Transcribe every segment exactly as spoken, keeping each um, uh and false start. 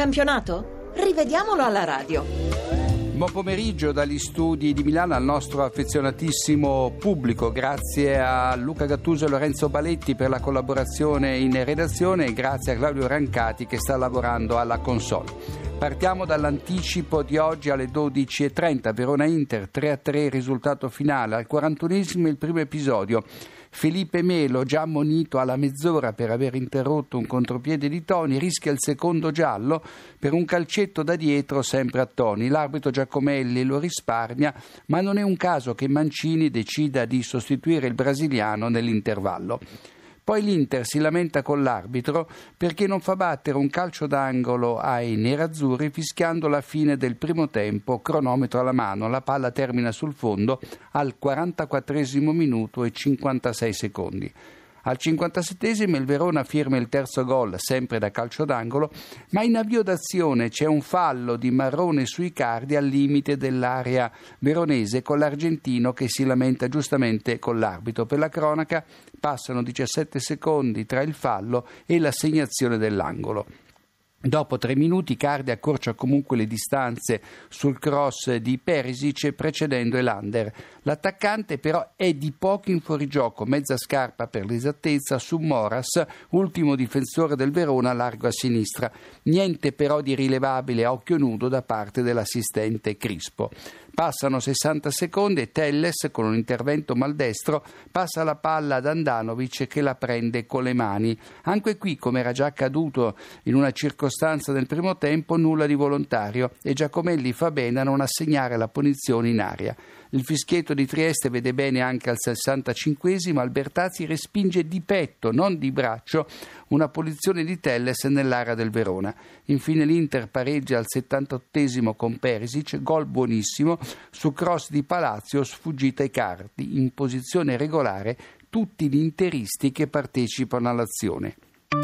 campionato? Rivediamolo alla radio. Buon pomeriggio dagli studi di Milano al nostro affezionatissimo pubblico. Grazie a Luca Gattuso e Lorenzo Baletti per la collaborazione in redazione e grazie a Claudio Rancati che sta lavorando alla console. Partiamo dall'anticipo di oggi alle dodici e trenta. Verona-Inter tre a tre risultato finale. Al quarantunesimo il primo episodio. Felipe Melo, già ammonito alla mezz'ora per aver interrotto un contropiede di Toni, rischia il secondo giallo per un calcetto da dietro sempre a Toni. L'arbitro Giacomelli lo risparmia, ma non è un caso che Mancini decida di sostituire il brasiliano nell'intervallo. Poi l'Inter si lamenta con l'arbitro perché non fa battere un calcio d'angolo ai nerazzurri fischiando la fine del primo tempo, cronometro alla mano. La palla termina sul fondo al quarantaquattresimo minuto e cinquantasei secondi. Al cinquantasettesimo il Verona firma il terzo gol, sempre da calcio d'angolo, ma in avvio d'azione c'è un fallo di Marrone su Icardi al limite dell'area veronese con l'argentino che si lamenta giustamente con l'arbitro. Per la cronaca passano diciassette secondi tra il fallo e l'assegnazione dell'angolo. Dopo tre minuti Icardi accorcia comunque le distanze sul cross di Perisic precedendo Elander. L'attaccante però è di poco in fuorigioco, mezza scarpa per l'esattezza su Moras, ultimo difensore del Verona largo a sinistra. Niente però di rilevabile a occhio nudo da parte dell'assistente Crispo. Passano sessanta secondi e Telles, con un intervento maldestro, passa la palla ad Andanovic che la prende con le mani. Anche qui, come era già accaduto in una circostanza del primo tempo, nulla di volontario e Giacomelli fa bene a non assegnare la punizione in aria. Il fischietto di Trieste vede bene anche al sessantacinquesimo, Albertazzi respinge di petto, non di braccio, una punizione di Telles nell'area del Verona. Infine l'Inter pareggia al settantottesimo con Perisic, gol buonissimo, su cross di Palacio, sfuggita Icardi, in posizione regolare tutti gli interisti che partecipano all'azione.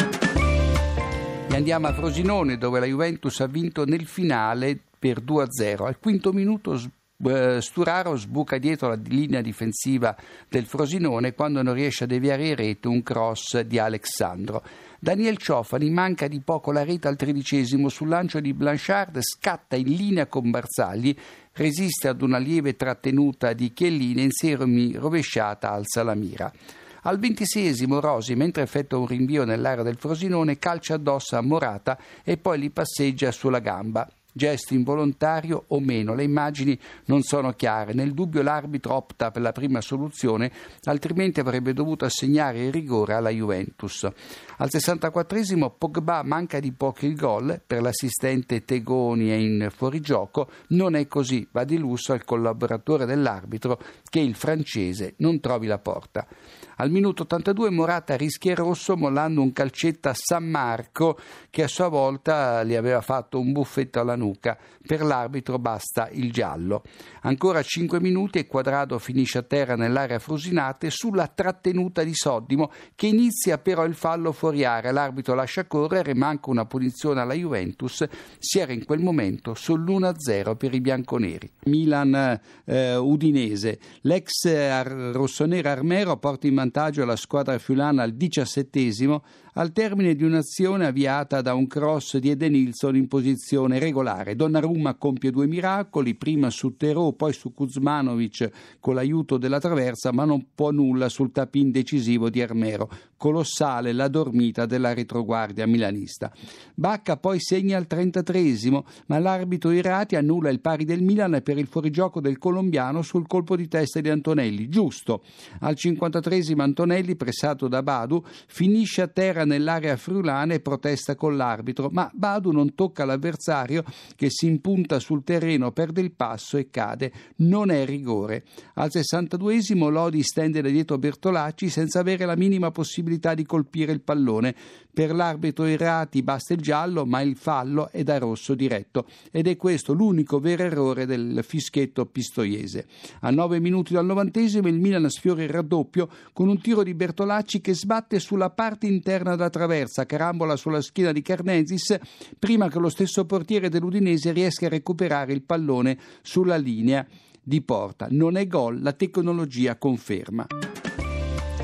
E andiamo a Frosinone dove la Juventus ha vinto nel finale per due a zero. Al quinto minuto Sturaro sbuca dietro la linea difensiva del Frosinone quando non riesce a deviare in rete un cross di Alexandro. Daniel Ciofani manca di poco la rete al tredicesimo sul lancio di Blanchard, scatta in linea con Barzagli, resiste ad una lieve trattenuta di Chiellini e in semi rovesciata alza la mira. Al ventiseiesimo Rosi, mentre effettua un rinvio nell'area del Frosinone, calcia addosso a Morata e poi li passeggia sulla gamba. Gesto involontario o meno, le immagini non sono chiare. Nel dubbio l'arbitro opta per la prima soluzione, altrimenti avrebbe dovuto assegnare il rigore alla Juventus. Al sessantaquattresimo Pogba manca di poco il gol, per l'assistente Tegoni è in fuorigioco, non è così, va di lusso al collaboratore dell'arbitro che il francese non trovi la porta. Al minuto ottantadue Morata rischia il rosso mollando un calcetto a San Marco che a sua volta gli aveva fatto un buffetto alla nuca. Per l'arbitro basta il giallo. Ancora cinque minuti e Quadrado finisce a terra nell'area frusinate sulla trattenuta di Soddimo che inizia però il fallo fuori area. L'arbitro lascia correre, manca una punizione alla Juventus. Si era in quel momento sull'uno a zero per i bianconeri. Milan eh, Udinese. L'ex ar- rossonera Armero porta in vantaggio la squadra friulana al diciassettesimo al termine di un'azione avviata da un cross di Edenilson in posizione regolare. Donnarumma compie due miracoli, prima su Terò, poi su Kuzmanovic con l'aiuto della traversa, ma non può nulla sul tap-in decisivo di Armero. Colossale la dormita della retroguardia milanista. Bacca poi segna al trentatreesimo, ma l'arbitro Irati annulla il pari del Milan per il fuorigioco del colombiano sul colpo di testa di Antonelli. Giusto. Al cinquantatreesimo Antonelli, pressato da Badu, finisce a terra nell'area friulana e protesta con l'arbitro, ma Badu non tocca l'avversario che si impunta sul terreno, perde il passo e cade. Non è rigore. Al sessantaduesimo Lodi stende da dietro Bertolacci senza avere la minima possibilità di colpire il pallone. Per l'arbitro Irati basta il giallo, ma il fallo è da rosso diretto ed è questo l'unico vero errore del fischietto pistoiese. A nove minuti dal novantesimo il Milan sfiora il raddoppio con un tiro di Bertolacci che sbatte sulla parte interna della traversa, carambola sulla schiena di Karnezis prima che lo stesso portiere dell'Udinese riesca a recuperare il pallone sulla linea di porta. Non è gol, la tecnologia conferma.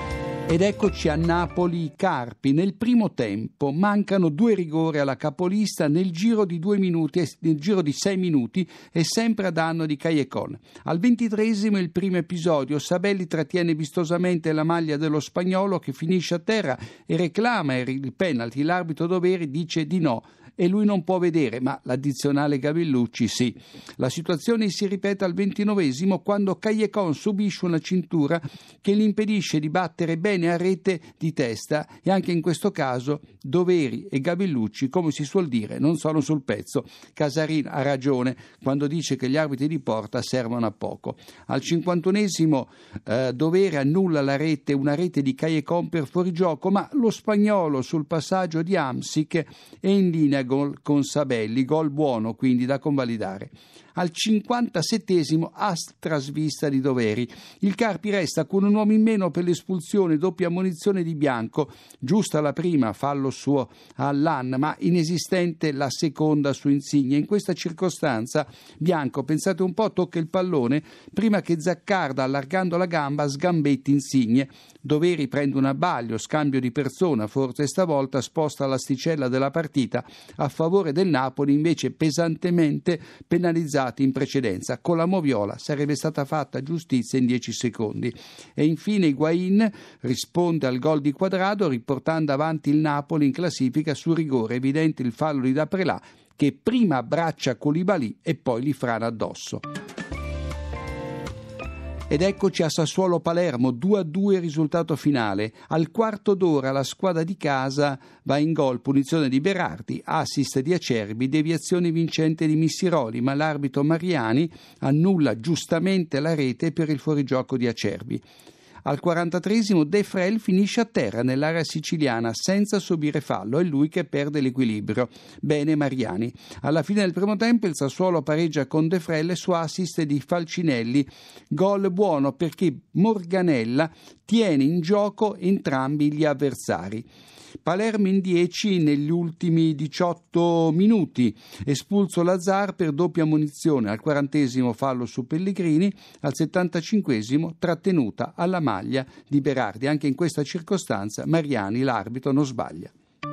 Ed eccoci a Napoli-Carpi. Nel primo tempo mancano due rigori alla capolista nel giro di due minuti, nel giro di sei minuti e sempre a danno di Callejon. Al ventitreesimo il primo episodio, Sabelli trattiene vistosamente la maglia dello spagnolo che finisce a terra e reclama il penalty. L'arbitro Doveri dice di no e lui non può vedere, ma l'addizionale Gavellucci sì. La situazione si ripete al ventinovesimo quando Callejon subisce una cintura che gli impedisce di battere bene a rete di testa e anche in questo caso Doveri e Gavellucci, come si suol dire, non sono sul pezzo. Casarin ha ragione quando dice che gli arbitri di porta servono a poco. Al cinquantunesimo eh, Doveri annulla la rete, una rete di Callejon per fuorigioco, ma lo spagnolo sul passaggio di Hamsik è in linea gol con Sabelli, gol buono quindi da convalidare. Al cinquantasettesimo altra svista di Doveri. Il Carpi resta con un uomo in meno per l'espulsione, doppia ammonizione di Bianco, giusta la prima, fallo suo all'An, ma inesistente la seconda su Insigne. In questa circostanza Bianco, pensate un po', tocca il pallone prima che Zaccarda, allargando la gamba, sgambetti Insigne. Doveri prende un abbaglio, scambio di persona, forse stavolta sposta l'asticella della partita a favore del Napoli, invece pesantemente penalizzato in precedenza. Con la Moviola sarebbe stata fatta giustizia in dieci secondi. E infine Higuaín risponde al gol di Quadrado riportando avanti il Napoli in classifica su rigore, evidente il fallo di Daprelà che prima abbraccia Koulibaly e poi gli frana addosso. Ed eccoci a Sassuolo-Palermo, due a due risultato finale. Al quarto d'ora la squadra di casa va in gol, punizione di Berardi, assist di Acerbi, deviazione vincente di Missiroli, ma l'arbitro Mariani annulla giustamente la rete per il fuorigioco di Acerbi. Al quarantatreesimo De Frel finisce a terra nell'area siciliana senza subire fallo, è lui che perde l'equilibrio. Bene Mariani. Alla fine del primo tempo il Sassuolo pareggia con De Frel su assist di Falcinelli. Gol buono perché Morganella tiene in gioco entrambi gli avversari. Palermo in dieci negli ultimi diciotto minuti, espulso Lazar per doppia ammonizione, al quarantesimo fallo su Pellegrini, al settantacinquesimo trattenuta alla maglia di Berardi. Anche in questa circostanza Mariani, l'arbitro, non sbaglia.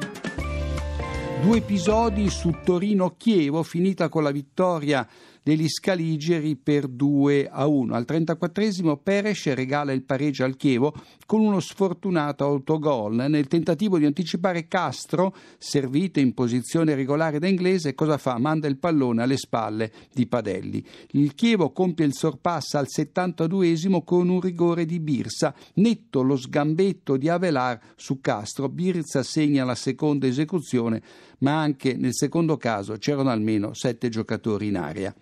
Due episodi su Torino-Chievo, finita con la vittoria degli scaligeri per due a uno. Al trentaquattresimo Peres regala il pareggio al Chievo con uno sfortunato autogol. Nel tentativo di anticipare Castro, servito in posizione regolare da Inglese, cosa fa? Manda il pallone alle spalle di Padelli. Il Chievo compie il sorpasso al settantaduesimo con un rigore di Birsa. Netto lo sgambetto di Avelar su Castro. Birsa segna la seconda esecuzione, ma anche nel secondo caso c'erano almeno sette giocatori in area.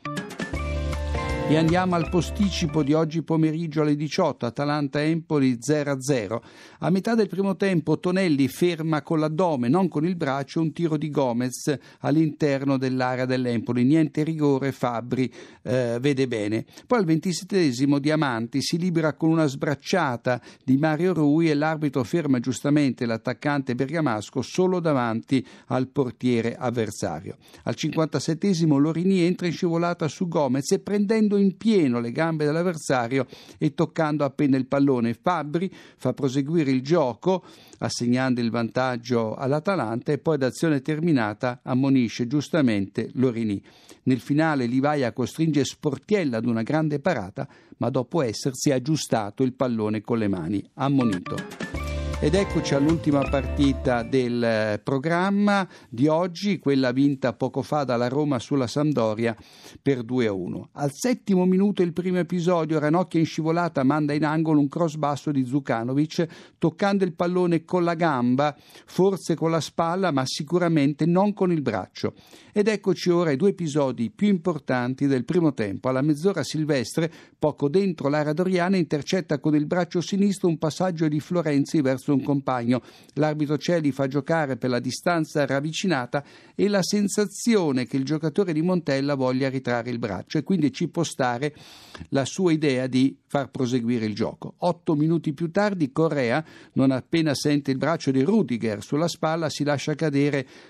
E andiamo al posticipo di oggi pomeriggio alle diciotto, Atalanta-Empoli zero a zero. A metà del primo tempo Tonelli ferma con l'addome, non con il braccio, un tiro di Gomez all'interno dell'area dell'Empoli. Niente rigore, Fabbri eh, vede bene. Poi al ventisettesimo Diamanti si libera con una sbracciata di Mario Rui e l'arbitro ferma giustamente l'attaccante bergamasco solo davanti al portiere avversario. Al cinquantasettesimo Lorini entra in scivolata su Gomez e prendendo in pieno le gambe dell'avversario e toccando appena il pallone, Fabbri fa proseguire il gioco assegnando il vantaggio all'Atalanta e poi d'azione terminata ammonisce giustamente Lorini. Nel finale Livaia costringe Sportiella ad una grande parata, ma dopo essersi aggiustato il pallone con le mani, ammonito. Ed eccoci all'ultima partita del programma di oggi, quella vinta poco fa dalla Roma sulla Sampdoria per due a uno. Al settimo minuto il primo episodio, Ranocchia in scivolata manda in angolo un cross basso di Zukanovic, toccando il pallone con la gamba, forse con la spalla, ma sicuramente non con il braccio. Ed eccoci ora ai due episodi più importanti del primo tempo. Alla mezz'ora Silvestre, poco dentro l'area doriana, intercetta con il braccio sinistro un passaggio di Florenzi verso un compagno. L'arbitro Celi fa giocare per la distanza ravvicinata e la sensazione che il giocatore di Montella voglia ritrarre il braccio, e quindi ci può stare la sua idea di far proseguire il gioco. Otto minuti più tardi Correa, non appena sente il braccio di Rudiger sulla spalla, si lascia cadere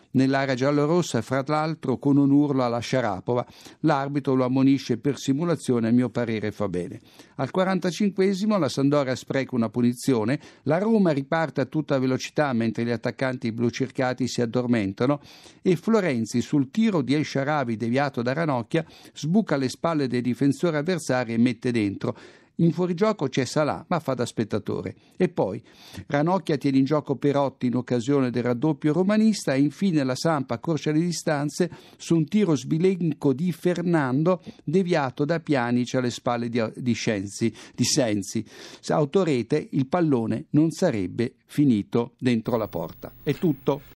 nell'area giallorossa, fra l'altro con un urlo alla Sharapova. L'arbitro lo ammonisce per simulazione, a mio parere fa bene. Al quarantacinquesimo la Sampdoria spreca una punizione, la Roma riparte a tutta velocità mentre gli attaccanti blucercati si addormentano e Florenzi, sul tiro di El Shaarawy deviato da Ranocchia, sbuca alle spalle dei difensori avversari e mette dentro. In fuorigioco c'è Salah, ma fa da spettatore. E poi Ranocchia tiene in gioco Perotti in occasione del raddoppio romanista e infine la Samp accorcia le distanze su un tiro sbilenco di Fernando deviato da Pjanic alle spalle di, di, Scenzi, di Sensi. Se autorete, il pallone non sarebbe finito dentro la porta. È tutto.